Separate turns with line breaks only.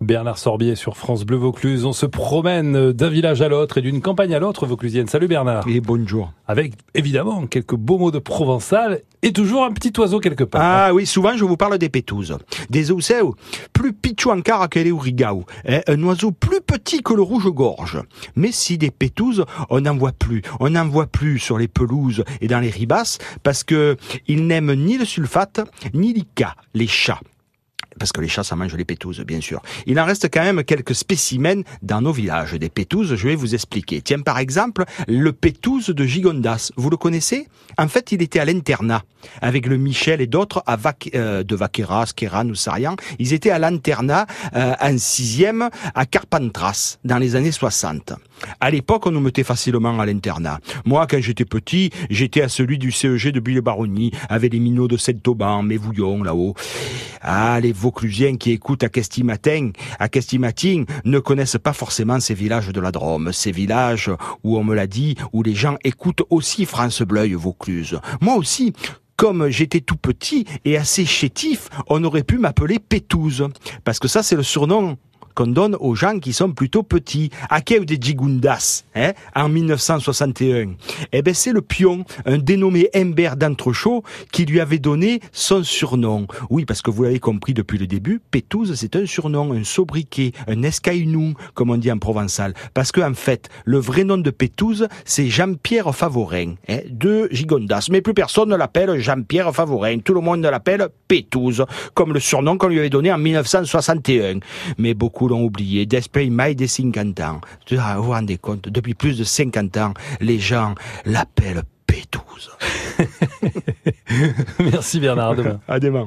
Bernard Sorbier sur France Bleu Vaucluse. On se promène d'un village à l'autre et d'une campagne à l'autre vauclusienne. Salut Bernard.
Et bonjour.
Avec évidemment quelques beaux mots de provençal et toujours un petit oiseau quelque part.
Ah oui, souvent je vous parle des pétouzes. Des oiseaux plus pitchou encore que les ourigao. Un oiseau plus petit que le rouge-gorge. Mais si des pétouzes, on n'en voit plus. On n'en voit plus sur les pelouses et dans les ribasses parce que ils n'aiment ni le sulfate ni l'ICA, les chats. Parce que les chats, ça mange les pétouzes, bien sûr. Il en reste quand même quelques spécimens dans nos villages. Des pétouzes, je vais vous expliquer. Tiens, par exemple, le pétouze de Gigondas. Vous le connaissez ? En fait, il était à l'internat, avec le Michel et d'autres de Vaqueras, Kéran ou Sarian. Ils étaient à l'internat, en 6e, à Carpentras, dans les années 60. À l'époque, on nous mettait facilement à l'internat. Moi, quand j'étais petit, j'étais à celui du CEG de Bulle-Baronnie, avec les minots de Saint-Auban, mes vouillons, là-haut. Ah, les Vauclusiens qui écoutent à Questi-Matin, ne connaissent pas forcément ces villages de la Drôme, ces villages où, on me l'a dit, où les gens écoutent aussi France Bleu Vaucluse. Moi aussi, comme j'étais tout petit et assez chétif, on aurait pu m'appeler Pétouze. Parce que ça, c'est le surnom qu'on donne aux gens qui sont plutôt petits. Akeu de Gigundas, en 1961. Eh ben, c'est le pion, un dénommé Humbert d'Entrechaux, qui lui avait donné son surnom. Oui, parce que vous l'avez compris depuis le début, Pétouze, c'est un surnom, un sobriquet, un escaïnou, comme on dit en provençal. Parce que, en fait, le vrai nom de Pétouze, c'est Jean-Pierre Favorin, de Gigondas. Mais plus personne ne l'appelle Jean-Pierre Favorin. Tout le monde l'appelle Pétouze, comme le surnom qu'on lui avait donné en 1961. Mais beaucoup l'ont oublié, d'esprit mai des 50 ans. Vous vous rendez compte, depuis plus de 50 ans, les gens l'appellent Pétouze.
Merci Bernard, à demain.
À demain.